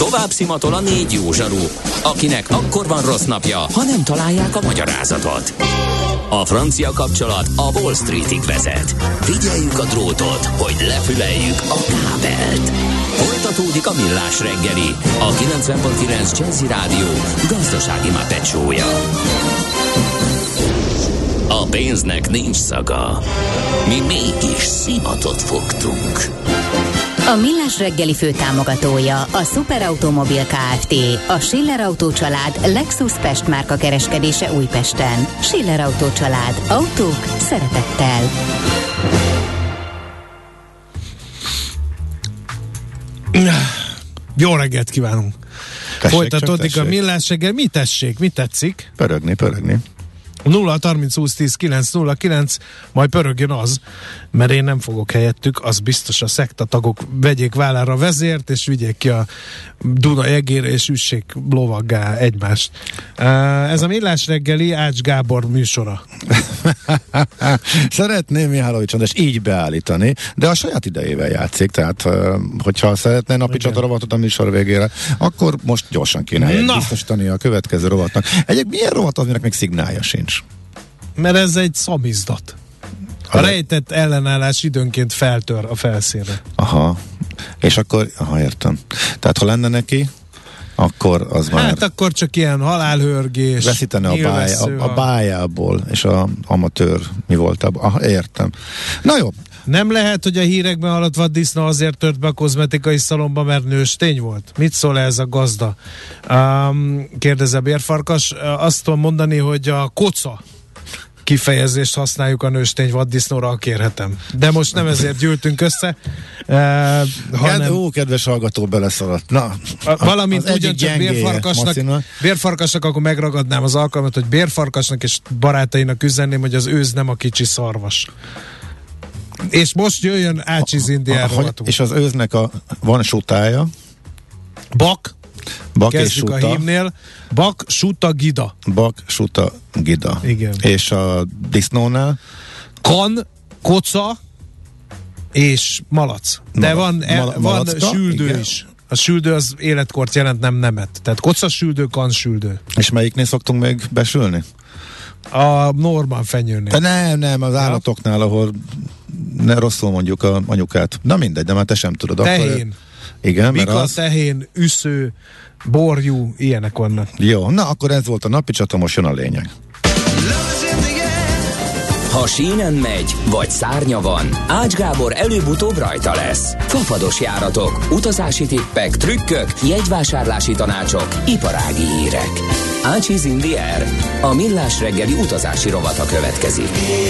Tovább szimatol a 4 jó zsaru, akinek akkor van rossz napja, ha nem találják a magyarázatot. A francia kapcsolat a Wall Streetig vezet. Figyeljük a drótot, hogy lefüleljük a kábelt. Folytatódik a Millás reggeli, a 90.9 Jazzy Rádió gazdasági mápecsója. A pénznek nincs szaga. Mi mégis szimatot fogtunk. A Millás reggeli főtámogatója a Superautomobil Kft. A Schiller Autó család Lexus Pest márka kereskedése Újpesten. Schiller Autó család. Autók szeretettel. Jó reggelt kívánunk! Folytatódik a Millás reggel. Mi tessék? Mi tetszik? Pörögni. 0-30-20-10-9-09, majd pörögjön az, mert én nem fogok helyettük, az biztos, a szektatagok vegyék vállára vezért, és vigyék ki a Duna jegére, és üssék lovaggá egymást. Ez a Millás reggeli Ács Gábor műsora. Szeretném Mihálovics András így beállítani, de a saját idejével játszik, tehát hogyha szeretne napi csatorovatot a műsor végére, akkor most gyorsan kéne biztosítani a következő rovatnak. Milyen rovat az, aminek még szignálja sincs? Mert ez egy szamizdat. A rejtett ellenállás időnként feltör a felszínre. Aha. És akkor, értem. Tehát ha lenne neki, akkor az már... Hát akkor csak ilyen halálhörgés. Veszítene a bájából, és a amatőr mi volt abban. Értem. Na jó. Nem lehet, hogy a hírekben halott vaddisznó azért tört be a kozmetikai szalomba, mert nőstény volt? Mit szól ez a gazda? Kérdez a bérfarkas. Azt tudom mondani, hogy a koca kifejezést használjuk a nőstény vaddisznóra, ha kérhetem. De most nem ezért gyűltünk össze, hanem... kedves hallgató, beleszaladt. Na, valamint ugyancsak bérfarkasnak, akkor megragadnám az alkalmat, hogy bérfarkasnak és barátainak üzenném, hogy az őz nem a kicsi szarvas. És most jöjjön Ácsi Zindiáról. És az őznek van sutája. Bak kezdjük a hímnél. Bak, suta, gida. Igen. És a disznónál? Kan, koca és malac. De van süldő igen. is. A süldő az életkort jelent, nem nemet. Tehát koca süldő, kan süldő. És melyiknél szoktunk még besülni? A normál fenyőnél. Nem, az állatoknál, ahol rosszul mondjuk a anyukát. Na mindegy, de már te sem tudod. Tehén. Igen, Bika, mert tehén, üsző, borjú, ilyenek vannak. Jó, na akkor ez volt a napi csata, most jön a lényeg. Ha sínen megy, vagy szárnya van, Ács Gábor előbb-utóbb rajta lesz. Fafados járatok, utazási tippek, trükkök, jegyvásárlási tanácsok, iparági hírek. Ácsiz in the air. A Millás reggeli utazási rovata következik.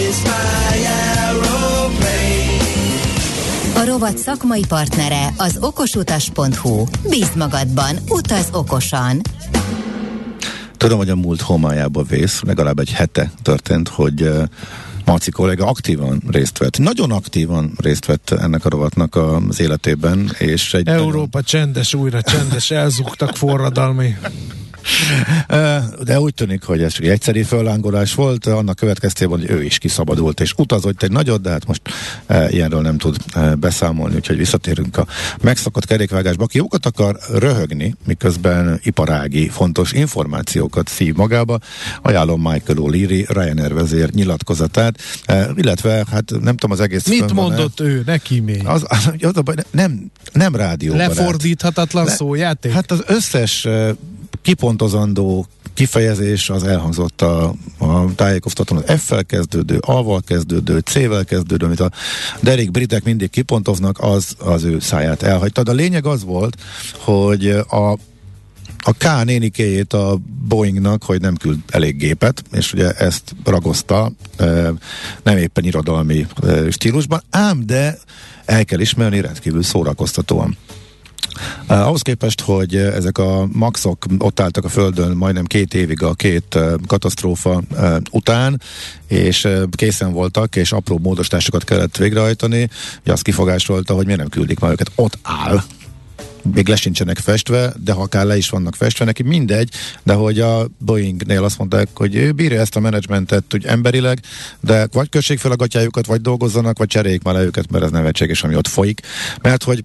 A rovat szakmai partnere az okosutas.hu. Bízd magadban, utaz okosan! Tudom, hogy a múlt homályába vész, legalább egy hete történt, hogy Marci kolléga aktívan részt vett, nagyon aktívan részt vett ennek a rovatnak az életében, és Európa csendes, újra csendes, elzúgtak forradalmi. De úgy tűnik, hogy ez csak egy egyszeri fellángolás volt, annak következtében, hogy ő is kiszabadult, és utazott egy nagyot, de hát most ilyenről nem tud beszámolni, úgyhogy visszatérünk a megszakadt kerékvágásba. Aki jókat akar röhögni, miközben iparági fontos információkat szív magába, ajánlom Michael O'Leary, Ryanair vezér nyilatkozatát, illetve hát nem tudom az egész... Mit mondott ő? Ne kímélj. Nem rádióbarát. Lefordíthatatlan szójáték? Hát az összes kipontozandó kifejezés az elhangzott a tájékoztatón, az F-fel kezdődő, A-val kezdődő, C-vel kezdődő, amit a derék britek mindig kipontoznak, az ő száját elhagyta. De a lényeg az volt, hogy a K nénikéjét a Boeingnak, hogy nem küld elég gépet, és ugye ezt ragozta, nem éppen irodalmi stílusban, ám de el kell ismerni, rendkívül szórakoztatóan. Ahhoz képest, hogy ezek a maxok ott álltak a Földön majdnem 2 évig a két katasztrófa után, és készen voltak, és apró módosításokat kellett végrehajtani, hogy azt kifogásolta, hogy miért nem küldik már őket. Ott áll. Még le sincsenek festve, de ha akár le is vannak festve, neki mindegy, de hogy a Boeingnél azt mondták, hogy ő bírja ezt a menedzsmentet úgy emberileg, de vagy kössék fel a gatyájukat, vagy dolgozzanak, vagy cseréljék már le őket, mert ez nevetséges, ami ott folyik. Mert hogy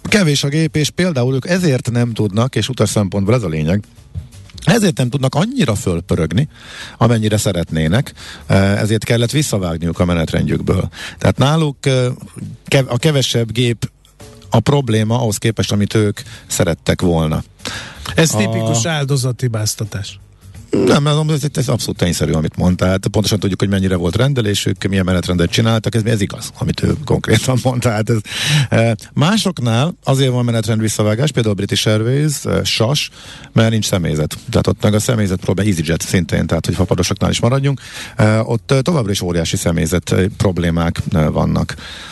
kevés a gép, és például ők ezért nem tudnak, és utas szempontból ez a lényeg, ezért nem tudnak annyira fölpörögni, amennyire szeretnének, ezért kellett visszavágniuk a menetrendjükből. Tehát náluk a kevesebb gép a probléma ahhoz képest, amit ők szerettek volna. Ez tipikus áldozatibáztatás. Nem, ez abszolút tényszerű, amit mondtál. Hát pontosan tudjuk, hogy mennyire volt rendelésük, milyen menetrendet csináltak, ez igaz, amit ő konkrétan mondta. Hát másoknál azért van menetrend visszavágás, például British Airways, SAS, mert nincs személyzet. Tehát ott meg a személyzet probléma, EasyJet szintén, tehát hogy fapadosoknál is maradjunk, ott továbbra is óriási személyzet problémák vannak.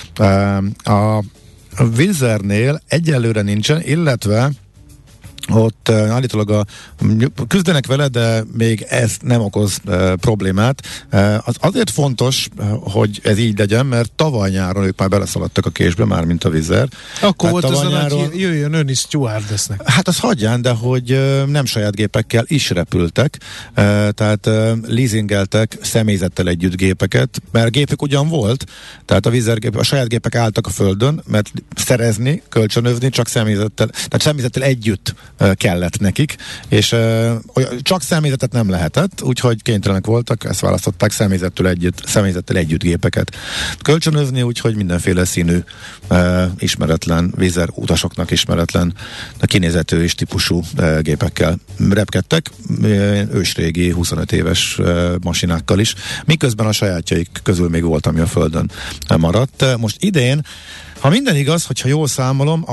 A Wizz-nél egyelőre nincsen, illetve ott állítólag küzdenek vele, de még ez nem okoz problémát. Az azért fontos, hogy ez így legyen, mert tavaly nyáron ők már beleszaladtak a késbe, már mint a Wizz Air. Akkor volt az nyáron, hogy jöjjön ön is stewardessnek. Hát az hagyján, de hogy nem saját gépekkel is repültek, tehát leasingeltek személyzettel együtt gépeket, mert a gépük ugyan volt, tehát a Wizz Air a saját gépek álltak a földön, mert szerezni, kölcsönözni csak személyzettel, tehát személyzettel együtt kellett nekik, és csak személyzetet nem lehetett, úgyhogy kénytelenek voltak, ezt választották személyzettel együtt gépeket kölcsönözni, úgyhogy mindenféle színű, ismeretlen, Wizz Air utasoknak ismeretlen, kinézetű és típusú gépekkel repkedtek, ősrégi 25 éves masinákkal is, miközben a sajátjaik közül még volt, ami a földön maradt. Most idén, ha minden igaz, hogyha jól számolom,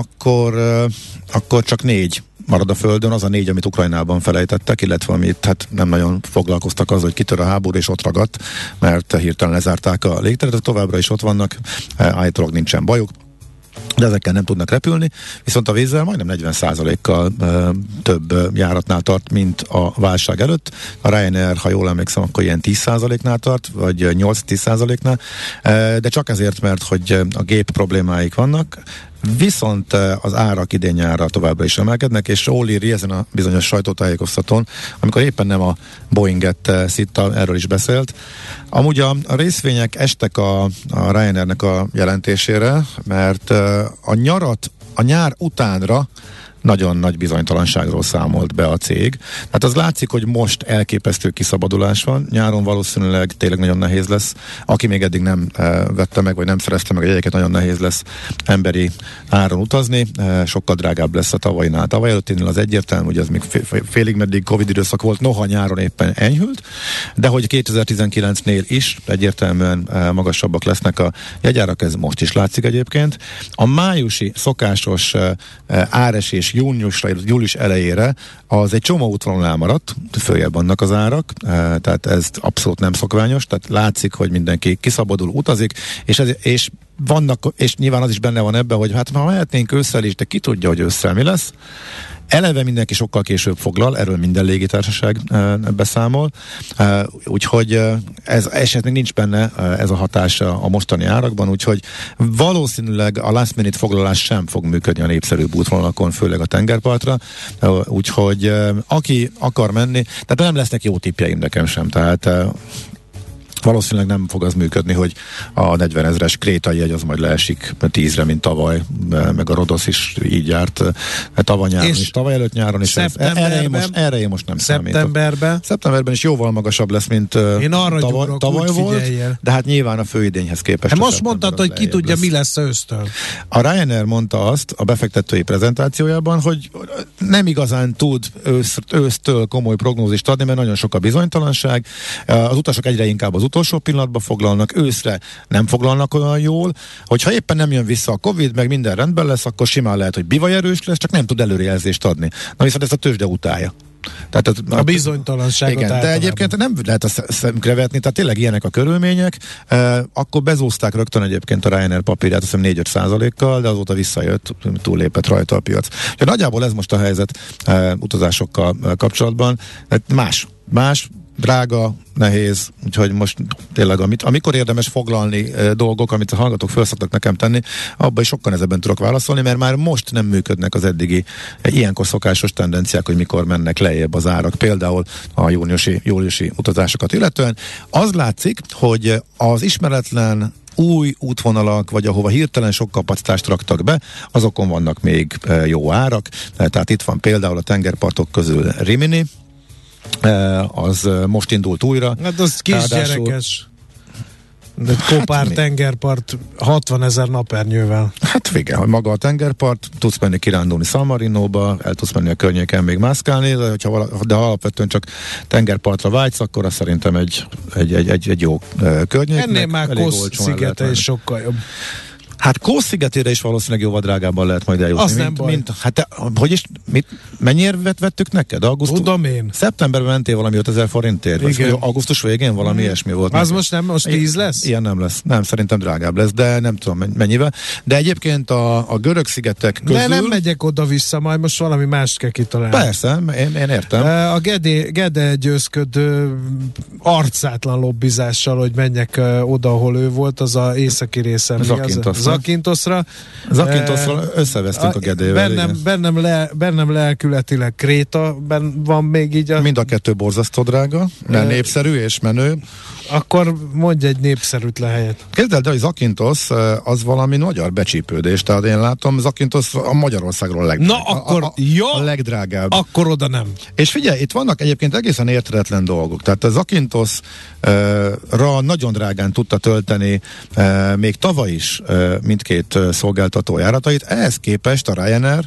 akkor csak 4 marad a földön, az a 4, amit Ukrajnában felejtettek, illetve amit hát nem nagyon foglalkoztak azzal, hogy kitör a háború, és ott ragadt, mert hirtelen lezárták a légteret, továbbra is ott vannak, állítólag nincsen bajuk, de ezekkel nem tudnak repülni, viszont a Wizz Air majdnem 40%-kal több járatnál tart, mint a válság előtt. A Ryanair, ha jól emlékszem, akkor ilyen 10%-nál tart, vagy 8-10%-nál, de csak ezért, mert hogy a gép problémáik vannak, viszont az árak idén nyárra továbbra is emelkednek, és O'Leary ezen a bizonyos sajtótájékoztatón, amikor éppen nem a Boeinget szitta, erről is beszélt. Amúgy a részvények estek a Ryanairnek a jelentésére, mert a nyár utánra nagyon nagy bizonytalanságról számolt be a cég. Hát az látszik, hogy most elképesztő kiszabadulás van. Nyáron valószínűleg tényleg nagyon nehéz lesz. Aki még eddig nem vette meg, vagy nem szerezte meg a jegyeket, nagyon nehéz lesz emberi áron utazni. Sokkal drágább lesz a tavainál. Tavaly előttinél az egyértelmű, hogy ez még félig meddig Covid időszak volt, noha nyáron éppen enyhült, de hogy 2019-nél is egyértelműen magasabbak lesznek a jegyárak, ez most is látszik egyébként. A májusi szokásos áresés július elejére az egy csomó útvonalon elmaradt, följebb vannak az árak, tehát ez abszolút nem szokványos, tehát látszik, hogy mindenki kiszabadul, utazik, és nyilván az is benne van ebben, hogy hát ha mehetnénk ősszel is, de ki tudja, hogy ősszel mi lesz. Eleve mindenki sokkal később foglal, erről minden légitársaság beszámol, úgyhogy ez esetleg nincs benne ez a hatás a mostani árakban, úgyhogy valószínűleg a last minute foglalás sem fog működni a népszerűbb útvonalakon, főleg a tengerpartra, úgyhogy aki akar menni, tehát nem lesznek jó tippjeim nekem sem, tehát valószínűleg nem fog az működni, hogy a 40 000-es krétai jegy az majd leesik 10-re, mint tavaly, meg a Rodosz is így járt tavaly nyáron és tavaly előtt nyáron is. Erre én most nem számítok. Szeptemberben is jóval magasabb lesz, mint tavaly volt, de hát nyilván a főidényhez képest. Most mondtad, hogy ki tudja, mi lesz ősztől. A Ryanair mondta azt a befektetői prezentációjában, hogy nem igazán tud ősztől komoly prognózist adni, mert nagyon sok a bizonytalanság. Az utasok egyre inkább az utolsó pillanatban foglalnak, őszre nem foglalnak olyan jól, hogyha éppen nem jön vissza a Covid, meg minden rendben lesz, akkor simán lehet, hogy bivaj erős lesz, csak nem tud előrejelzést adni. Na viszont ezt a tőzsde utálja. Tehát a bizonytalanságot igen, de egyébként nem lehet a szemükre vetni, tehát tényleg ilyenek a körülmények. Akkor bezúzták rögtön egyébként a Ryanair papírját, azt hiszem 4-5%-kal, de azóta visszajött, túllépett rajta a piac. Úgyhogy nagyjából ez most a helyzet utazásokkal kapcsolatban. Más, drága, nehéz, úgyhogy most tényleg amikor érdemes foglalni dolgok, amit a hallgatók föl szoktak nekem tenni, abban is sokkal nehezebben tudok válaszolni, mert már most nem működnek az eddigi ilyenkor szokásos tendenciák, hogy mikor mennek lejjebb az árak, például a júliusi utazásokat illetően. Az látszik, hogy az ismeretlen új útvonalak, vagy ahova hirtelen sok kapacitást raktak be, azokon vannak még jó árak. Tehát itt van például a tengerpartok közül Rimini, az most indult újra. Hát az kisgyerekes. De egy Kopár tengerpart 60 000 napernyővel. Hát igen, hogy maga a tengerpart, tudsz menni kirándulni San Marinóba, el tudsz menni a környéken még mászkálni, de ha alapvetően csak tengerpartra vágysz, akkor az szerintem egy jó környék. Ennél már Kos szigete is sokkal jobb. Hát Kos szigetére is valószínűleg jóval drágábban lehet majd eljutni. Az nem baj. Mennyire vettük neked? Tudom én. Szeptemberben mentél valami 5000 forintért? Vagy augusztus végén valami ilyesmi volt. Az most 10 lesz? Ilyen nem lesz. Nem, szerintem drágább lesz, de nem tudom mennyivel. De egyébként a görög szigetek közül... De nem megyek oda-vissza, majd most valami mást kell kitalálni. Persze, én értem. A Gede győzködő arcátlan lobbizással, hogy menjek oda, ahol ő volt, az a északi részen. Zakintosra összevesztünk a Gedével. Bennem lelkületileg Kréta van még így. Mind a kettő borzasztó drága, mert népszerű és menő. Akkor mondj egy népszerűtlen helyet. Képzeld el, hogy Zakintos az valami magyar becsípődés, tehát én látom, Zakintos a Magyarországról a legdrágább. Akkor oda nem. És figyelj, itt vannak egyébként egészen érthetetlen dolgok. Tehát a Zakintosra nagyon drágán tudta tölteni még tavaly is mindkét szolgáltató járatait. Ehhez képest a Ryanair,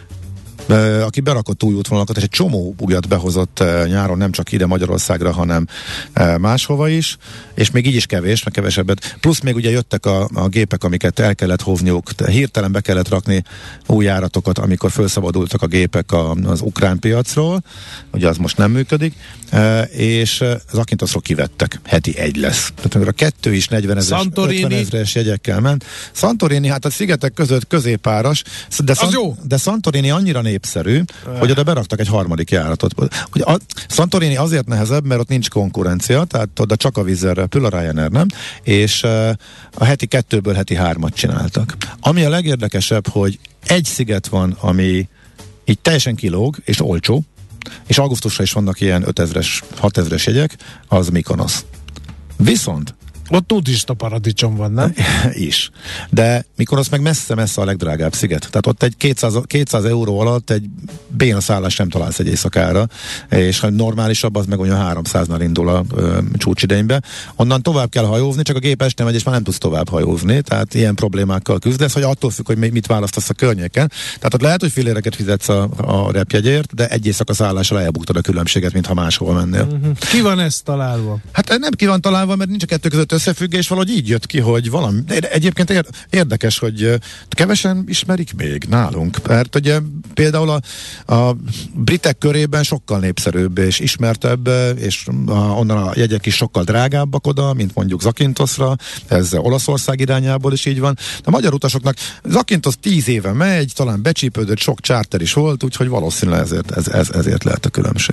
aki berakott új útvonalakat, és egy csomó újat behozott nyáron, nem csak ide Magyarországra, hanem máshova is, és még így is kevés, meg kevesebbet. Plusz még ugye jöttek a gépek, amiket el kellett hovniuk, hirtelen be kellett rakni új járatokat, amikor felszabadultak a gépek az ukrán piacról, ugye az most nem működik, és az Zakintosról kivettek. Heti egy lesz. Tehát amikor a 2 is 40 000-es jegyekkel ment. Santorini, hát a szigetek között középáras, de Santorini annyira népszerű, hogy oda beraktak egy harmadik járatot. Santorini azért nehezebb, mert ott nincs konkurencia, tehát oda csak a vízzel repül, a Ryanair nem, és a heti 2-ből heti 3-at csináltak. Ami a legérdekesebb, hogy egy sziget van, ami így teljesen kilóg, és olcsó, és augusztusra is vannak ilyen 5000-es, 6000-es jegyek, az Mykonos. Viszont ott nudista paradicsom van, nem? Is. De Mykonos meg messze-messze a legdrágább sziget. Tehát ott egy 200 euró alatt egy béna szállás nem találsz egy éjszakára, és ha normálisabb, az meg olyan 300-nál indul a csúcsidénybe. Onnan tovább kell hajózni, csak a gép este megy, és már nem tudsz tovább hajózni, tehát ilyen problémákkal küzdesz, hogy attól függ, hogy mit választasz a környéken. Tehát ott lehet, hogy filléreket fizetsz a repjegyért, de egy éjszaka szállásra elbuktad a különbséget, mintha máshova mennél. Ki van ezt találva? Hát nem ki van találva, mert nincs a kettő között összefüggés, valahogy így jött ki, hogy valami. De egyébként érdekes, hogy kevesen ismerik még nálunk, mert ugye például a britek körében sokkal népszerűbb és ismertebb, és onnan a jegyek is sokkal drágábbak oda, mint mondjuk Zakintosra, ez Olaszország irányából is így van. De a magyar utasoknak Zakintos 10 éve megy, talán becsípődött, sok charter is volt, úgyhogy valószínűleg ezért lehet a különbség.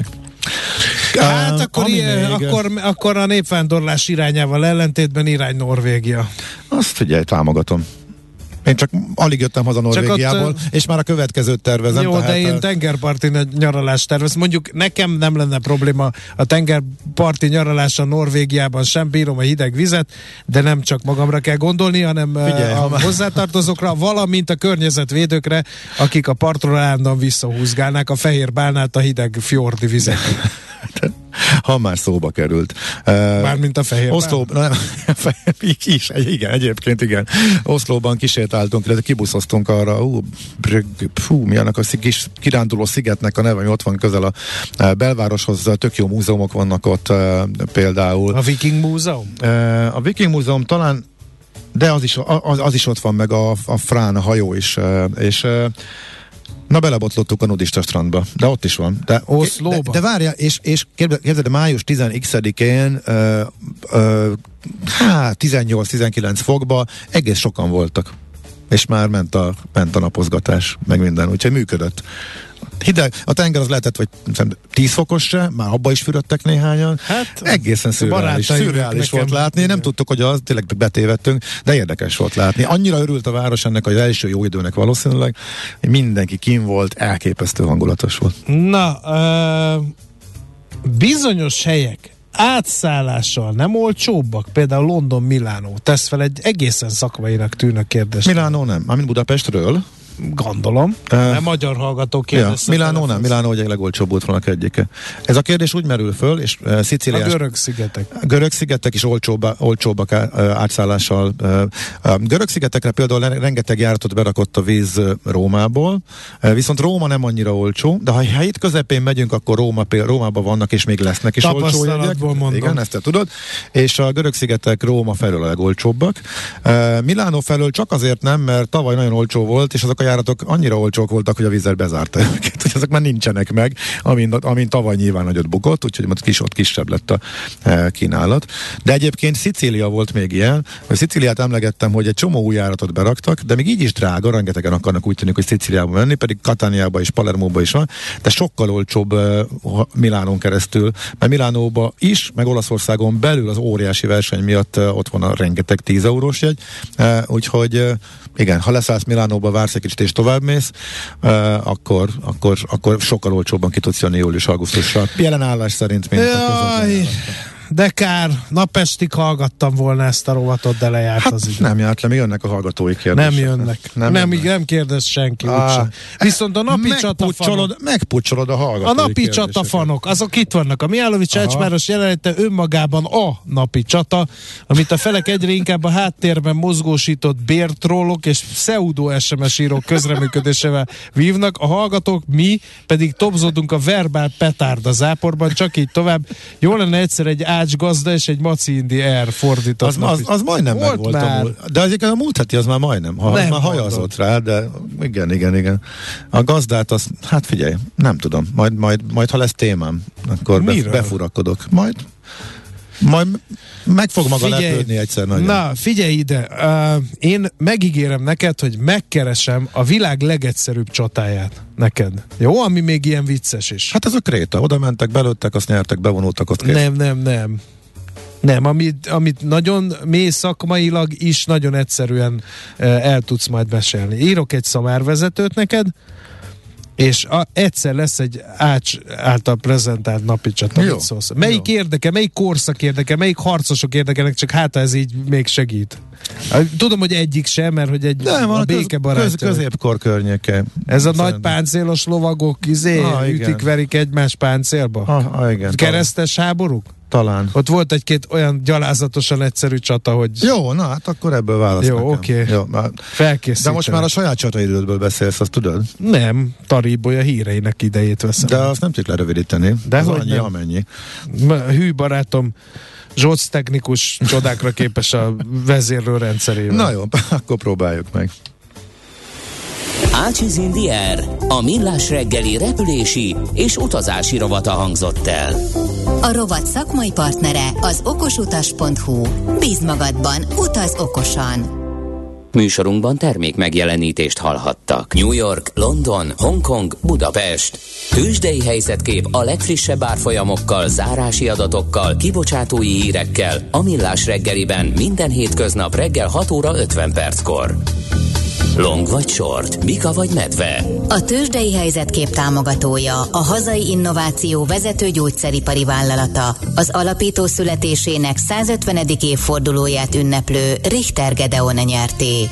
Hát akkor a népvándorlás irányával ellentétben irány Norvégia. Azt figyelj, támogatom. Én csak alig jöttem haza Norvégiából, és már a következőt tervezem. Jó, de én tengerparti nyaralást tervezem. Mondjuk nekem nem lenne probléma a tengerparti nyaralás a Norvégiában, sem bírom a hideg vizet, de nem csak magamra kell gondolni, hanem a hozzátartozókra, valamint a környezetvédőkre, akik a partról állandóan visszahúzgálnák a fehér bálnát a hideg fjordi vizet. Ha már szóba került. Mármint a fehér igen, egyébként igen. Oszlóban kisétáltunk, illetve kibuszoztunk arra, mi annak a kis kiránduló szigetnek a neve, ami ott van közel a belvároshoz, tök jó múzeumok vannak ott például. A Viking Múzeum? A Viking Múzeum talán, de az is ott van, meg a Frán, a hajó is, és na, belebotlottuk a nudista strandba, de ott is van. De várjál, és képzeld, május 10-én 18-19 fokba egész sokan voltak. És már ment a napozgatás, meg minden, úgyhogy működött. Hideg, a tenger az lehetett, vagy 10 fokos se, már abba is fürödtek néhányan. Hát, egészen szürreális volt látni. Nem tudtuk, hogy az, tényleg betévedtünk, de érdekes volt látni. Annyira örült a város ennek, hogy az első jó időnek valószínűleg, hogy mindenki kín volt, elképesztő hangulatos volt. Na, bizonyos helyek átszállással nem olcsóbbak? Például London-Milánó. Tesz fel egy egészen szakmainak tűnő kérdést. Milánó nem, amint Budapestről. Gondolom. Nem magyar hallgatók kérdeztek. Milánó nem, Milánó ugye legolcsóbb útvonalak egyike. Ez a kérdés úgy merül föl, és Szicíliás... A Görög-szigetek. A Görög-szigetek is olcsóbbak átszállással. A Görög-szigetekre például rengeteg járatot berakott a víz Rómából, viszont Róma nem annyira olcsó, de ha itt közepén megyünk, akkor Rómában vannak, és még lesznek is olcsó jegyek. Igen, ezt te tudod. És a Görög-szigetek Róma felől a legolcsóbbak. Milánó felől csak azért nem, mert tavaly nagyon olcsó volt, és azok a járatok annyira olcsók voltak, hogy a vízzel bezárta őket, hogy azok már nincsenek meg, amint tavaly nyilván nagyot bukott, úgyhogy ott kisebb lett a kínálat. De egyébként Szicília volt még ilyen, hogy Szicíliát emlegettem, hogy egy csomó új járatot beraktak, de még így is drága, rengetegen akarnak úgy tűnik, hogy Szicíliába menni, pedig Cataniába és Palermóba is van, de sokkal olcsóbb Milánón keresztül, mert Milánóba is, meg Olaszországon belül az óriási verseny miatt ott van a rengeteg 10 eurós jegy, úgyhogy igen, ha leszállsz Milánóba, vársz egy kicsit és továbbmész, akkor sokkal olcsóbban ki tudsz jönni július-augusztusra. Jelen állás szerint, mint de kár, napestig hallgattam volna ezt a rovatot, de lejárt az idő. Nem járt le, mi jönnek a hallgatói kérdések. Nem jönnek. Nem kérdez senki úgysem. Viszont a napi csata fanok. Megpucsolod a hallgatói A napi csata fanok, azok itt vannak. A Mihálovics Ecsmáros jelenléte önmagában a napi csata, amit a felek egyre inkább a háttérben mozgósított bértrollok és pseudo SMS írók közreműködésével vívnak. A hallgatók, mi pedig tobzódunk a verbál petárda záporban, csak így tovább. Jó lenne egyszer egy Ács gazda és egy Maci Indi Air fordított. Az majdnem meg volt de azért a múlt heti az már majdnem. Már hajazott rá, de igen. A gazdát az, hát figyelj, nem tudom. Majd ha lesz témám, akkor befurakodok. Majd meg fog maga lepődni egyszer nagyon. Na, figyelj ide. Én megígérem neked, hogy megkeresem a világ legegyszerűbb csatáját neked. Jó? Ami még ilyen vicces is. Hát ez a Kréta. Oda mentek, belőttek, azt nyertek, bevonultak, azt kész. Nem, amit nagyon mély szakmailag is nagyon egyszerűen el tudsz majd mesélni. Írok egy szamárvezetőt neked, és egyszer lesz egy Ács által prezentált napi csata. Melyik érdekel, melyik korszak érdekel, melyik harcosok érdekelnek, csak hát ez így még segít. Tudom, hogy egyik sem, mert hogy a békebarátja. Középkor környéke. Ez a nagy páncélos lovagok ütik-verik egymás páncélba? Igen. Keresztes háborúk? Talán. Ott volt egy-két olyan gyalázatosan egyszerű csata, hogy... Jó, na hát akkor ebből válasz nekem. Jó, oké. Felkészítem. De most már a saját csataidődből beszélsz, azt tudod? Nem, Taribolya híreinek idejét veszem. De azt nem tudjuk lerövidíteni. De az hogy annyi, nem. amennyi. Hű barátom, Zsoc technikus csodákra képes a vezérlő rendszerével. Na jó, akkor próbáljuk meg. Ácsiz in the Air, a millás reggeli repülési és utazási rovata hangzott el. A rovat szakmai partnere az okosutas.hu. Bízd magadban, utaz okosan! Műsorunkban termék megjelenítést hallhattak. New York, London, Hongkong, Budapest. Tőzsdei helyzetkép a legfrissebb árfolyamokkal, zárási adatokkal, kibocsátói hírekkel a millás reggeliben minden hétköznap reggel 6 óra 50 perckor. Long vagy short, bika vagy medve. A tőzsdei helyzetkép támogatója, a hazai innováció vezető gyógyszeripari vállalata, az alapító születésének 150. évfordulóját ünneplő Richter Gedeon nyerté.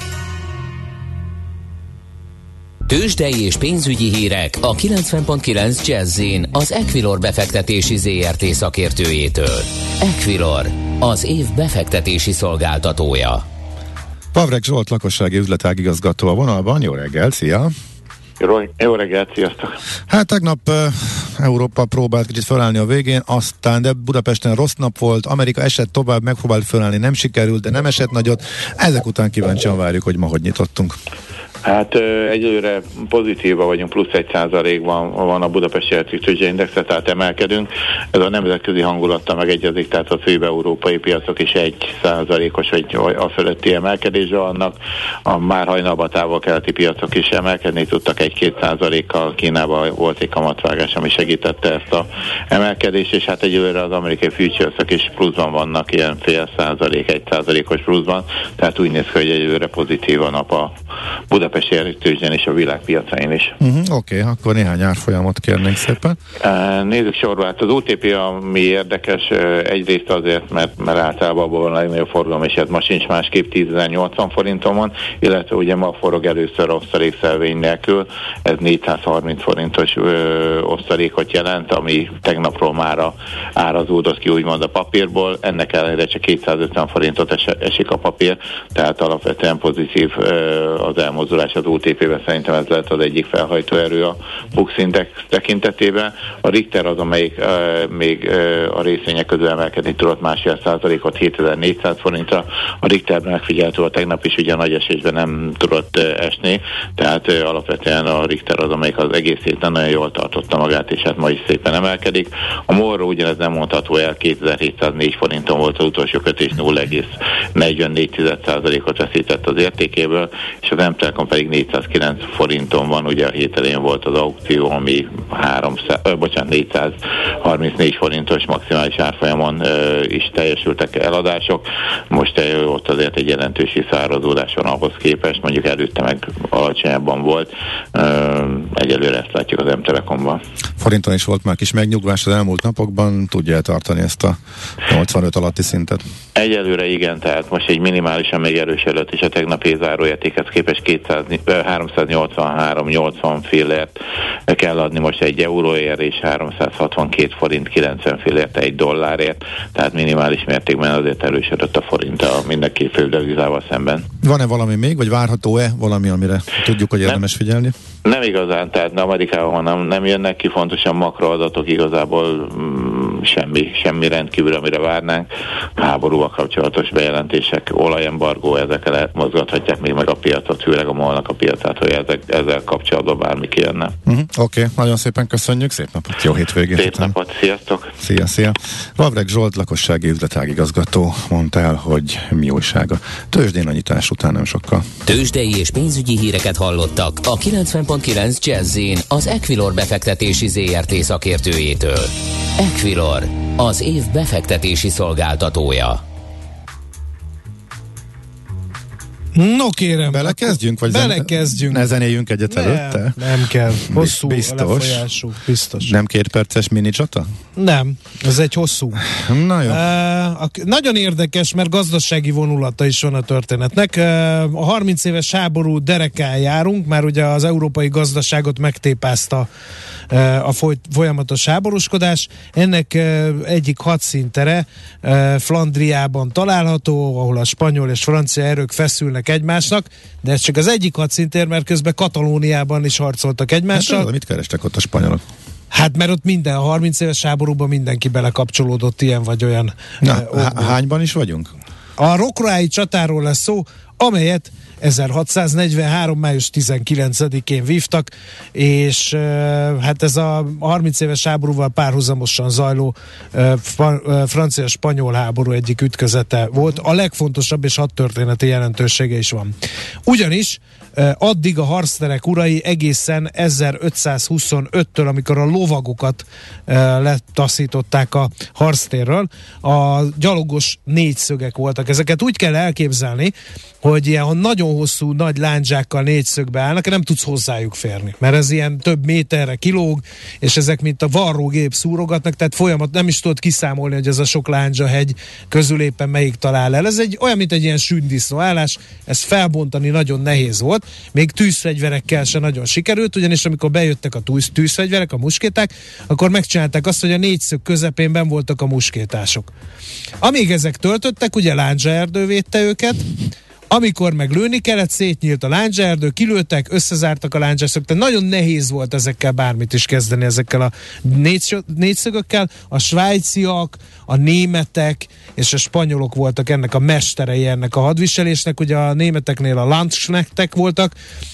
Tőzsdei és pénzügyi hírek a 90.9 Jazz-in az Equilor befektetési ZRT szakértőjétől. Equilor, az év befektetési szolgáltatója. Pavrek Zsolt, lakossági üzletág igazgató a vonalban. Jó reggel, szia! Jó reggelt, sziasztok! Hát tegnap Európa próbált kicsit felállni a végén, aztán de Budapesten rossz nap volt, Amerika esett tovább, megpróbált felállni, nem sikerült, de nem esett nagyot. Ezek után kíváncsian várjuk, hogy ma hogy nyitottunk. Hát egyelőre pozitívban vagyunk, plusz 1%-ban van a Budapesti Elektrotőzsde Indexe, tehát emelkedünk. Ez a nemzetközi hangulattal megegyezik, tehát a főbb európai piacok is 1%-os vagy a fölötti emelkedésre vannak. A már hajnalban távol-keleti piacok is emelkedni tudtak 1-2%-kal. Kínában volt egy kamatvágás, ami segítette ezt a emelkedést, és hát egyelőre az amerikai futuresek is pluszban vannak, ilyen 0,5%, 1%-os pluszban, tehát úgy néz ki, hogy egyelőre pozitív a nap a Budapesti budapesti tőzsdén és a világpiacain is. Oké, akkor néhány árfolyamot kérnénk szépen. Nézzük sorba, hát az OTP, ami érdekes, egyrészt azért, mert általában abban van a legnagyobb forgalom, és ez ma sincs másképp, 10.080 forinton van, illetve ugye ma forog először osztalékszelvény nélkül, ez 430 forintos osztalékot jelent, ami tegnapról már árazódott ki úgymond a papírból, ennek ellenére csak 250 forintot esik a papír, tehát alapvetően pozitív az elmozdulás az OTP-ben, szerintem ez lehet az egyik felhajtó erő a Bux Index tekintetében. A Richter az, amelyik még a részvények közül emelkedni tudott 1,5%-ot 7400 forintra. A Richterben megfigyeltő a tegnap is ugye nagy esésben nem tudott esni, tehát alapvetően a Richter az, amelyik az egész héten nagyon jól tartotta magát, és hát ma is szépen emelkedik. A MOL ugyanez nem mondható el, 2704 forinton volt az utolsó kötés, 0,44%-ot veszített az értékéből, és az M-Telkom pedig 409 forinton van, ugye a hét elején volt az aukció, ami 434 forintos maximális árfolyamon is teljesültek eladások. Most ott azért egy jelentős visszaárazódás van ahhoz képest, mondjuk előtte meg alacsonyabban volt. Egyelőre ezt látjuk az M-Telekomban. Forinton is volt már kis megnyugvás az elmúlt napokban, tudja tartani ezt a 85 alatti szintet? Egyelőre igen, tehát most egy minimálisan még erősödött, és a tegnapi záróértékhez képest 383,80 fillért kell adni most egy euróért, és 362 forint 90 fillért egy dollárért, tehát minimális mértékben azért erősödött a forint a mindenki fő devizával szemben. Van-e valami még, vagy várható-e valami, amire tudjuk, hogy érdemes figyelni? Nem igazán, tehát Amerikában nem jönnek ki fontosan makroadatok, igazából semmi rendkívül, amire várnánk. Háborúval kapcsolatos bejelentések, olajembargó, ezekkel lehet mozgathatják még meg a piacot, főleg a MOL-nak a piacát, hogy ezzel kapcsolatban bármi kijönne. Oké, nagyon szépen köszönjük, szép napot, jó hétvégét! Szép napot, sziasztok! Szia! Vavreg Zsolt, lakossági üzletágigazgató mondta el, hogy mi újság a tőzsdén a nyitás után nem sokkal. Tőzsdei és pénzügyi híreket hallottak a 90.9 Jazz-in az Equilor befektetési ZRT szakértőjétől. Equilor, az év befektetési szolgáltatója. No kérem. Belekezdjünk? Vagy belekezdjünk. Ne zenéljünk egyet előtte? Nem kell. Hosszú biztos. a lefolyású. Biztos. Nem 2 perces mini csata? Nem. Ez egy hosszú. Na jó. Nagyon érdekes, mert gazdasági vonulata is van a történetnek. A 30 éves háború derekán járunk, már ugye az európai gazdaságot megtépázta a folyamatos háborúskodás. Ennek egyik hadszíntere Flandriában található, ahol a spanyol és francia erők feszülnek egymásnak, de ez csak az egyik hadszintér, mert közben Katalóniában is harcoltak egymással. Hát mit kerestek ott a spanyolok? Hát mert ott a 30 éves háborúban mindenki belekapcsolódott ilyen vagy olyan. Hányban is vagyunk? A Rocroi csatáról lesz szó, amelyet 1643. május 19-én vívtak, és hát ez a 30 éves háborúval párhuzamosan zajló francia-spanyol háború egyik ütközete volt. A legfontosabb és hadtörténeti jelentősége is van. Ugyanis addig a harcterek urai egészen 1525-től, amikor a lovagokat letaszították a harctérről, a gyalogos négyszögek voltak. Ezeket úgy kell elképzelni, hogy ilyen nagyon hosszú, nagy lándzsákkal négyszögbe állnak, nem tudsz hozzájuk férni, mert ez ilyen több méterre kilóg, és ezek mint a varrógép szúrogatnak, tehát folyamat nem is tudod kiszámolni, hogy ez a sok lándzsahegy közül éppen melyik talál el. Ez olyan, mint egy ilyen sűndisznó állás, ezt felbontani nagyon nehéz volt, még tűzfegyverekkel se nagyon sikerült, ugyanis amikor bejöttek a tűzfegyverek, a muskéták, akkor megcsinálták azt, hogy a négyszög közepén benn voltak a muskétások. Amíg ezek töltöttek, ugye lándzsaerdő védte őket, amikor meg lőni kellett, szétnyílt a lándzsaerdő, kilőttek, összezártak a lándzsaszög, tehát nagyon nehéz volt ezekkel bármit is kezdeni, ezekkel a négyszögökkel. A svájciak, a németek és a spanyolok voltak ennek a mesterei ennek a hadviselésnek, ugye a németeknél a Landsknechtek voltak,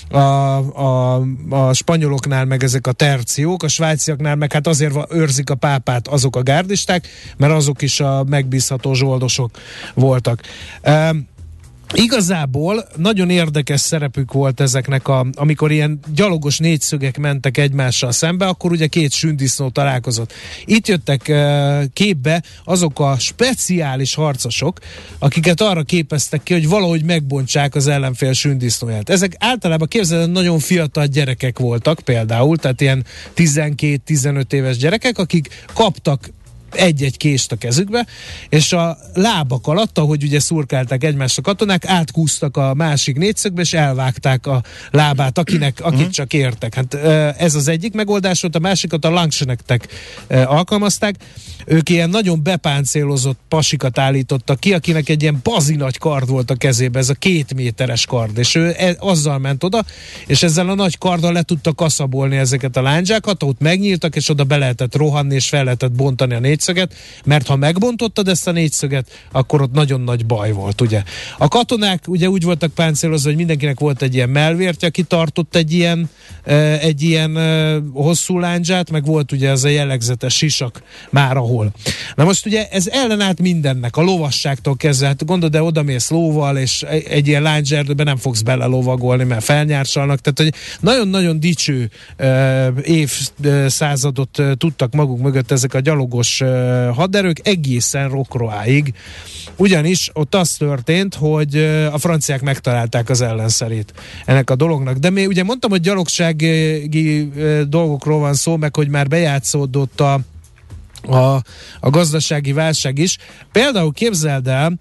a spanyoloknál meg ezek a terciók, a svájciaknál meg hát azért őrzik a pápát azok a gárdisták, mert azok is a megbízható zsoldosok voltak. Igazából nagyon érdekes szerepük volt ezeknek, amikor ilyen gyalogos négyszögek mentek egymással szembe, akkor ugye két sündisznó találkozott. Itt jöttek képbe azok a speciális harcosok, akiket arra képeztek ki, hogy valahogy megbontsák az ellenfél sündisznóját. Ezek általában képzeld, nagyon fiatal gyerekek voltak például, tehát ilyen 12-15 éves gyerekek, akik kaptak egy-egy kést a kezükbe, és a lábak alatt, ahogy ugye szurkálták egymást a katonák, átkúztak a másik négyszögbe, és elvágták a lábát, akit csak értek. Hát ez az egyik megoldás volt, a másikat a Langsenektek alkalmazták. Ők ilyen nagyon bepáncélozott pasikat állítottak ki, akinek egy ilyen bazinagy kard volt a kezébe, ez a 2 méteres kard, és ő azzal ment oda, és ezzel a nagy karddal le tudta kaszabolni ezeket a lándzsákat, ott megnyíltak, és oda be lehetett rohanni, és fel lehetett bontani a négyszöget, mert ha megbontottad ezt a négyszöget, akkor ott nagyon nagy baj volt, ugye. A katonák ugye úgy voltak páncélozva, hogy mindenkinek volt egy ilyen mellvértje, aki tartott egy ilyen hosszú lándzsát, meg volt ugye ez a jellegzetes sisak már ahol. Na most ugye ez ellenállt mindennek, a lovasságtól kezdve, hát gondolod, de odamész lóval, és egy ilyen lándzserdőben nem fogsz bele lovagolni, mert felnyársalnak, tehát hogy nagyon-nagyon dicső évszázadot tudtak maguk mögött ezek a gyalogos haderők egészen Rocroáig. Ugyanis ott az történt, hogy a franciák megtalálták az ellenszerét ennek a dolognak. De még ugye mondtam, hogy gyalogsági dolgokról van szó, meg hogy már bejátszódott a gazdasági válság is. Például képzeld el,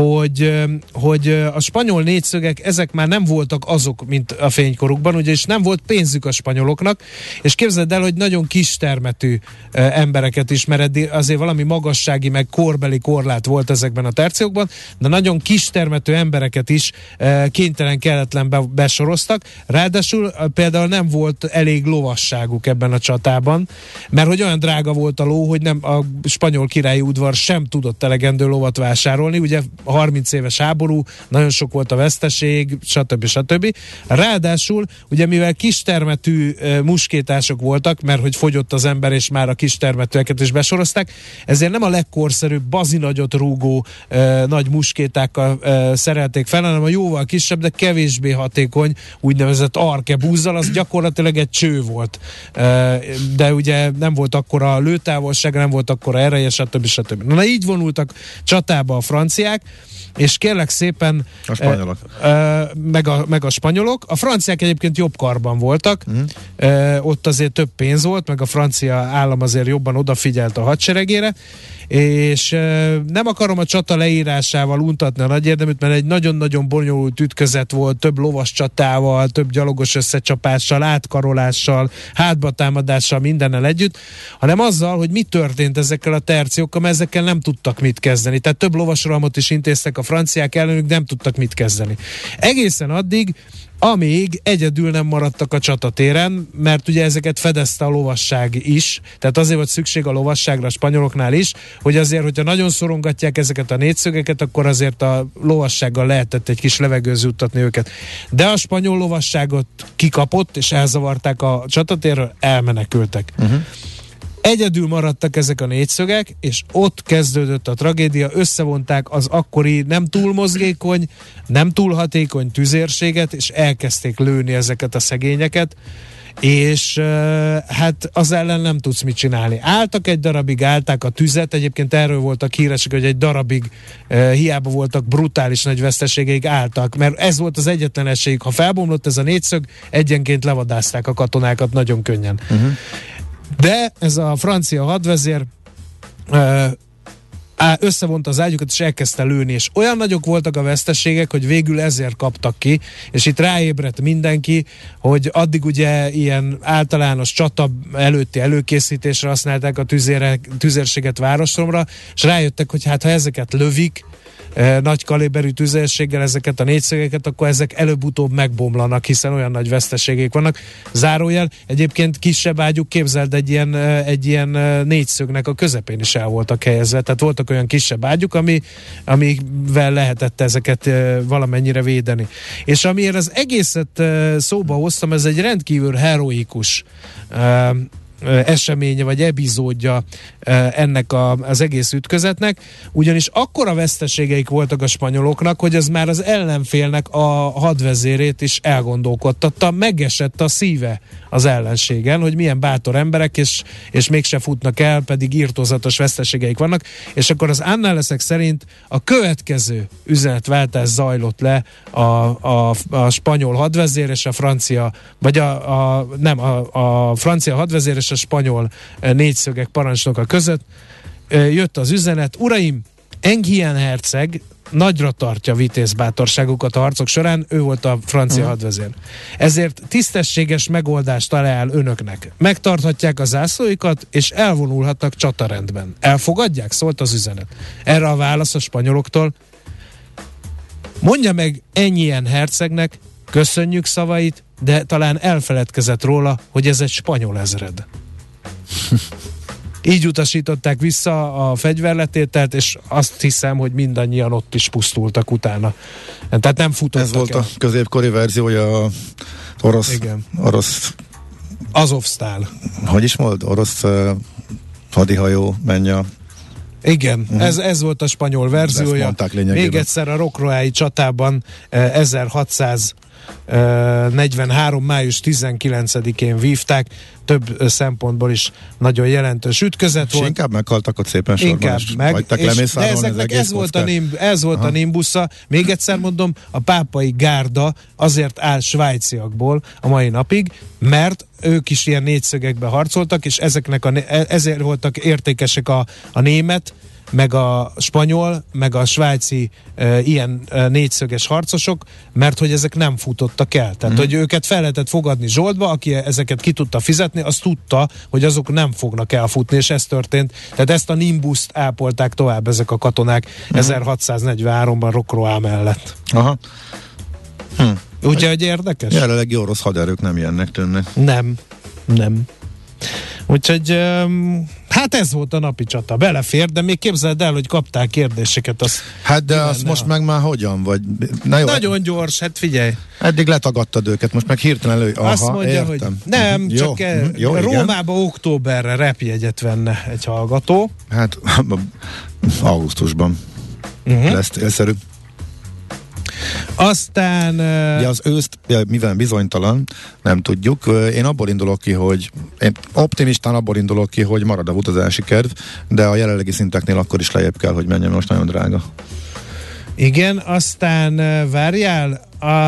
hogy a spanyol négyszögek, ezek már nem voltak azok, mint a fénykorukban, ugyanis nem volt pénzük a spanyoloknak, és képzeld el, hogy nagyon kistermetű embereket is, mert azért valami magassági, meg korbeli korlát volt ezekben a terciókban, de nagyon kistermetű embereket is kénytelen-kelletlen besoroztak. Ráadásul például nem volt elég lovasságuk ebben a csatában, mert hogy olyan drága volt a ló, hogy a spanyol királyi udvar sem tudott elegendő lovat vásárolni, ugye 30 éves háború, nagyon sok volt a veszteség, stb. Ráadásul, ugye mivel kistermetű muskétások voltak, mert hogy fogyott az ember, és már a kistermetűeket is besorozták, ezért nem a legkorszerűbb bazinagyot rúgó nagy muskétákkal szerelték fel, hanem a jóval kisebb, de kevésbé hatékony úgynevezett arkebúzzal, az gyakorlatilag egy cső volt. De ugye nem volt akkora lőtávolság, nem volt akkora ereje, stb. Na így vonultak csatába a franciák, és kérlek szépen a spanyolok. Meg a spanyolok. A franciák egyébként jobb karban voltak, ott azért több pénz volt, meg a francia állam azért jobban odafigyelt a hadseregére, és nem akarom a csata leírásával untatni a nagy érdeműt, mert egy nagyon-nagyon bonyolult ütközet volt, több lovas csatával, több gyalogos összecsapással, átkarolással, hátbatámadással, mindennel együtt, hanem azzal, hogy mi történt ezekkel a terciókkal, mert ezekkel nem tudtak mit kezdeni. Tehát több lovasrohamot is intéztek a franciák ellenük, nem tudtak mit kezdeni. Egészen addig, amíg egyedül nem maradtak a csatatéren, mert ugye ezeket fedezte a lovasság is, tehát azért volt szükség a lovasságra a spanyoloknál is, hogy azért, hogyha nagyon szorongatják ezeket a négyszögeket, akkor azért a lovassággal lehetett egy kis levegőhöz juttatni őket. De a spanyol lovasságot kikapott, és elzavarták a csatatérről, elmenekültek. Egyedül maradtak ezek a négyszögek, és ott kezdődött a tragédia, összevonták az akkori nem túl mozgékony, nem túl hatékony tüzérséget, és elkezdték lőni ezeket a szegényeket, és hát az ellen nem tudsz mit csinálni. Álltak egy darabig, állták a tüzet, egyébként erről voltak híresek, hogy egy darabig hiába voltak brutális nagy veszteségeik, álltak, mert ez volt az egyetlen esélyük. Ha felbomlott ez a négyszög, egyenként levadázták a katonákat nagyon könnyen. De ez a francia hadvezér összevonta az ágyukat, és elkezdte lőni, és olyan nagyok voltak a veszteségek, hogy végül ezért kaptak ki, és itt ráébredt mindenki, hogy addig ugye ilyen általános csata előtti előkészítésre használták a tüzérséget városromra, és rájöttek, hogy hát ha ezeket lövik, nagy kaliberű tüzérséggel ezeket a négyszögeket, akkor ezek előbb-utóbb megbomlanak, hiszen olyan nagy veszteségek vannak. Zárójel, egyébként kisebb ágyuk, képzeld, egy ilyen négyszögnek a közepén is el voltak helyezve, tehát voltak olyan kisebb ágyuk, amivel lehetett ezeket valamennyire védeni. És amiért az egészet szóba hoztam, ez egy rendkívül heroikus eseménye, vagy epizódja ennek az egész ütközetnek, ugyanis akkora veszteségeik voltak a spanyoloknak, hogy ez már az ellenfélnek a hadvezérét is elgondolkodtatta, megesett a szíve az ellenségen, hogy milyen bátor emberek, és mégse futnak el, pedig írtózatos veszteségeik vannak, és akkor az Annáleszek szerint a következő üzenetváltás zajlott le a spanyol hadvezér és a francia, vagy a francia hadvezér és a spanyol négyszögek parancsnoka között. Jött az üzenet: uraim, Enghien herceg nagyra tartja vitéz bátorságukat a harcok során, ő volt a francia hadvezér. Ezért tisztességes megoldást talál önöknek. Megtarthatják a zászlóikat, és elvonulhatnak csatarendben. Elfogadják? Szólt az üzenet. Erre a válasz a spanyoloktól: mondja meg Enghien hercegnek, köszönjük szavait, de talán elfeledkezett róla, hogy ez egy spanyol ezred. Így utasították vissza a fegyverletételt, és azt hiszem, hogy mindannyian ott is pusztultak utána. Tehát nem futottak ez volt el. A középkori verziója az orosz Azovsztál. hogy is volt? Orosz hadihajó menje. Igen, ez volt a spanyol verziója. Még egyszer a Rokroái csatában 1643. május 19-én vívták, több szempontból is nagyon jelentős ütközet volt. És inkább meghaltak ott szépen sorban, inkább meg, de ezeknek ez volt a nimbusza. Még egyszer mondom, a pápai gárda azért áll svájciakból a mai napig, mert ők is ilyen négyszögekbe harcoltak, és ezért voltak értékesek a német, meg a spanyol, meg a svájci ilyen négyszöges harcosok, mert hogy ezek nem futottak el. Tehát, hogy őket fel lehetett fogadni zsoldba, aki ezeket ki tudta fizetni, az tudta, hogy azok nem fognak elfutni, és ez történt. Tehát ezt a nimbuszt ápolták tovább ezek a katonák 1643-ban Rokroá mellett. Aha. Ugye, hogy érdekes? Jelenlegi orosz haderők nem ilyennek tűnnek. Nem. Úgyhogy hát ez volt a napi csata. Belefér, de még képzeld el, hogy kaptál kérdéseket. Hát de azt most meg már hogyan? Vagy, na jó, nagyon gyors, hát figyelj. Eddig letagadtad őket, most meg hirtelen elő. Azt mondja, értem. Hogy nem, jó, csak Rómába októberre repjegyet venne egy hallgató. Hát augusztusban lesz célszerű. Aztán... Ugye az őszt, mivel bizonytalan, nem tudjuk. Én abból indulok ki, hogy optimistán abból indulok ki, hogy marad a utazási kedv, de a jelenlegi szinteknél akkor is lejjebb kell, hogy menjen, most nagyon drága. Igen, aztán várjál,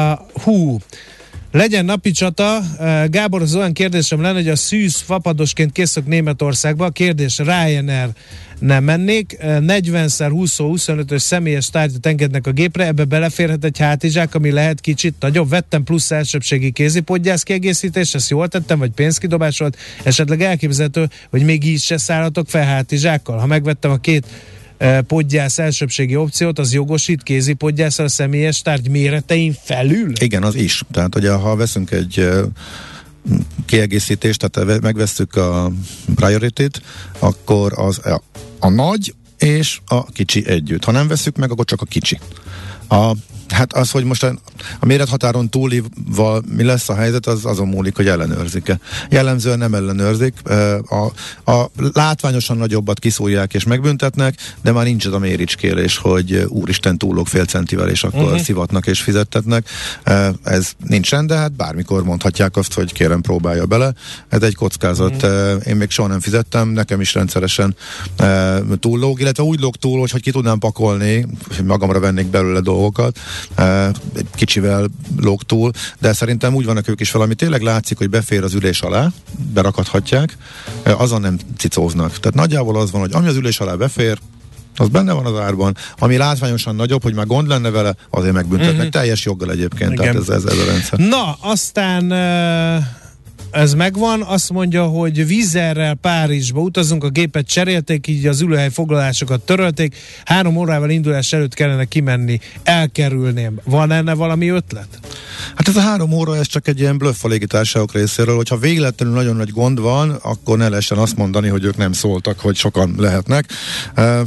legyen napi csata. Gábor, az olyan kérdésem lenne, hogy a szűz fapadosként készülök Németországba. A kérdés: Ryanair nem mennék, 40x20-25-ös személyes tárgyat engednek a gépre, ebbe beleférhet egy hátizsák, ami lehet kicsit nagyobb. Vettem plusz elsőbbségi kézipodgyász kiegészítés, ezt jól tettem, vagy pénzkidobás volt, esetleg elképzelhető, hogy még így se szállhatok fel hátizsákkal. Ha megvettem a két podgyász elsőbbségi opciót, az jogosít kézipodgyásszal a személyes tárgy méretein felül? Igen, az is. Tehát, hogy ha veszünk egy kiegészítést, tehát megvesszük a Priority-t, akkor az a nagy és a kicsi együtt. Ha nem vesszük meg, akkor csak a kicsi. Hát az, hogy most a mérethatáron túlival mi lesz a helyzet, az azon múlik, hogy ellenőrzik-e. Jellemzően nem ellenőrzik. A látványosan nagyobbat kiszúrják és megbüntetnek, de már nincs az a méricskélés, hogy úristen túllóg fél centivel, és akkor szivatnak és fizettetnek. Ez nincsen, de hát bármikor mondhatják azt, hogy kérem, próbálja bele. Ez egy kockázat. Én még soha nem fizettem, nekem is rendszeresen túllóg, illetve úgy lóg túl, hogy ki tudnám pakolni, hogy magamra vennék belőle dolgokat. Egy kicsivel lóg túl, de szerintem úgy vannak ők is valami, tényleg látszik, hogy befér az ülés alá, berakadhatják, azon nem cicóznak. Tehát nagyjából az van, hogy ami az ülés alá befér, az benne van az árban, ami látványosan nagyobb, hogy már gond lenne vele, azért megbüntetnek, teljes joggal egyébként. Igen. Tehát ez a rendszer. Na, aztán ez megvan, azt mondja, hogy Wizzairrel Párizsba utazunk, a gépet cserélték, így az ülőhely foglalásokat törölték, 3 órával indulás előtt kellene kimenni, elkerülném. Van enne valami ötlet? Hát ez a 3 óra, ez csak egy ilyen blöff a légitársaságok részéről, hogyha végletlenül nagyon nagy gond van, akkor ne lehessen azt mondani, hogy ők nem szóltak, hogy sokan lehetnek.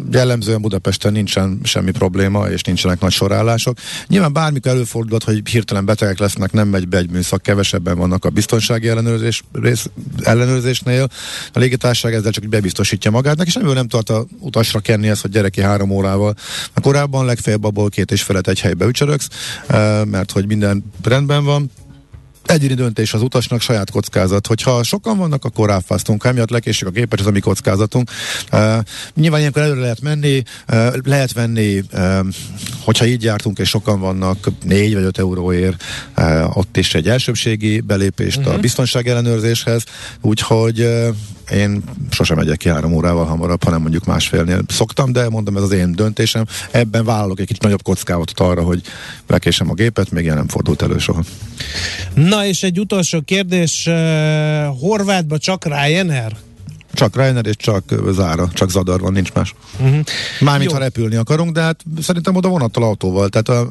jellemzően Budapesten nincsen semmi probléma, és nincsenek nagy sorállások. Nyilván bármikor előfordulhat, hogy hirtelen betegek lesznek, nem megy be egy műszak, kevesebben vannak a biztonsági ellenőrzésnél. A légitársaság ezzel csak bebiztosítja magát, és ebből nem tart a utasra kenni ezt, hogy gyereki 3 órával. Korábban legfeljebb abból 2,5 egy helybe ücsörögsz, mert hogy minden rendben van. Egyéni döntés az utasnak, saját kockázat. Hogyha sokan vannak, akkor ráfáztunk, emiatt lekésik a gépet, ez a mi kockázatunk. Nyilván ilyenkor előre lehet venni, hogyha így jártunk, és sokan vannak, 4 vagy 5 euróért ott is egy elsőbségi belépést a biztonság ellenőrzéshez, úgyhogy én sosem megyek ki 3 órával hamarabb, hanem mondjuk 1,5-nél szoktam, de mondom, ez az én döntésem. Ebben vállalok egy kicsit nagyobb kockázatot arra, hogy lekésem a gépet, még ilyen nem fordult elő soha. Na és egy utolsó kérdés, Horvátban csak Ryanair? Csak Ryanair és csak Zára, csak Zadar van, nincs más. Mármint, ha repülni akarunk, de hát szerintem oda vonattal, autóval, tehát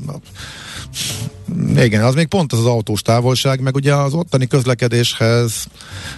igen, az még pont az autós távolság, meg ugye az ottani közlekedéshez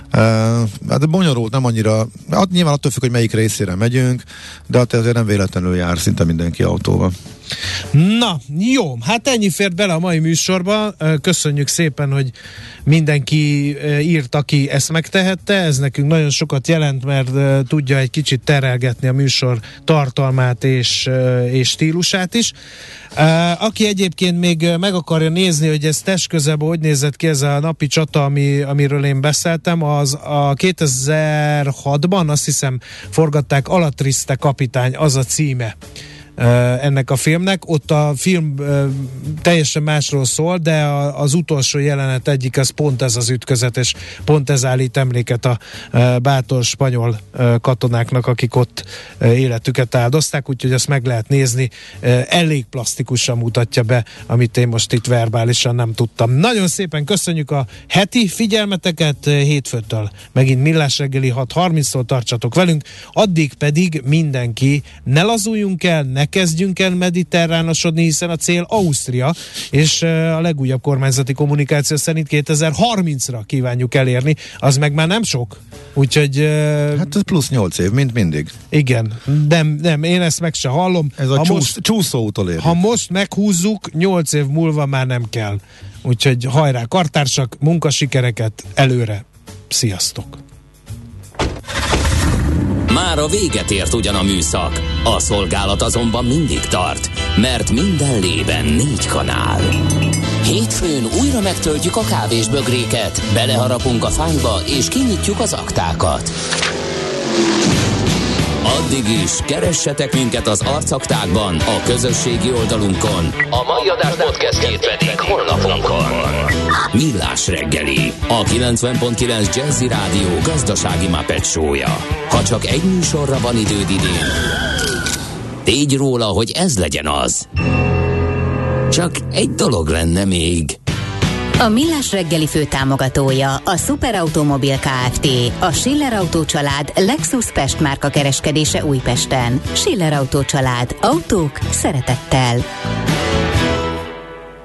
hát bonyolult, nem annyira, nyilván attól függ, hogy melyik részére megyünk, de hát ezért nem véletlenül jár szinte mindenki autóval. Na, jó, hát ennyi fért bele a mai műsorba. Köszönjük szépen, hogy mindenki írt, aki ezt megtehette. Ez nekünk nagyon sokat jelent, mert tudja egy kicsit terelgetni a műsor tartalmát és stílusát is. Aki egyébként még meg akarja nézni, hogy ez testközelben hogy nézett ki ez a napi csata, amiről én beszéltem, az a 2006-ban azt hiszem forgatták Alatriste kapitány, az a címe ennek a filmnek. Ott a film teljesen másról szól, de az utolsó jelenet egyik, az pont ez az ütközet, és pont ez állít emléket a bátor spanyol katonáknak, akik ott életüket áldozták, úgyhogy ezt meg lehet nézni. Elég plastikusan mutatja be, amit én most itt verbálisan nem tudtam. Nagyon szépen köszönjük a heti figyelmeteket, hétfőtől megint Millás reggeli 6:30-tól tartsatok velünk, addig pedig mindenki ne lazuljunk el, ne kezdjünk el mediterránosodni, hiszen a cél Ausztria, és a legújabb kormányzati kommunikáció szerint 2030-ra kívánjuk elérni, az meg már nem sok. Úgyhogy... hát ez plusz 8 év, mint mindig. Igen, nem, én ezt meg se hallom. Ez a csúszóútól érjük. Ha most meghúzzuk, 8 év múlva már nem kell. Úgyhogy hajrá, kartársak, munkasikereket előre. Sziasztok! Már a véget ért ugyan a műszak, a szolgálat azonban mindig tart, mert minden lében 4 kanál. Hétfőn újra megtöltjük a kávésbögréket, beleharapunk a fányba és kinyitjuk az aktákat. Addig is keressetek minket az arcaktákban, a közösségi oldalunkon. A mai adás podcastjét pedig honlapunkon. Millás reggeli, a 90.9 Jazzy Rádió gazdasági Muppet show-ja. Ha csak egy műsorra van időd idén, tégy róla, hogy ez legyen az. Csak egy dolog lenne még. A Millás reggeli főtámogatója a Superautomobil Kft. A Schiller Autó család Lexus Pest márka kereskedése Újpesten. Schiller Autó család. Autók szeretettel.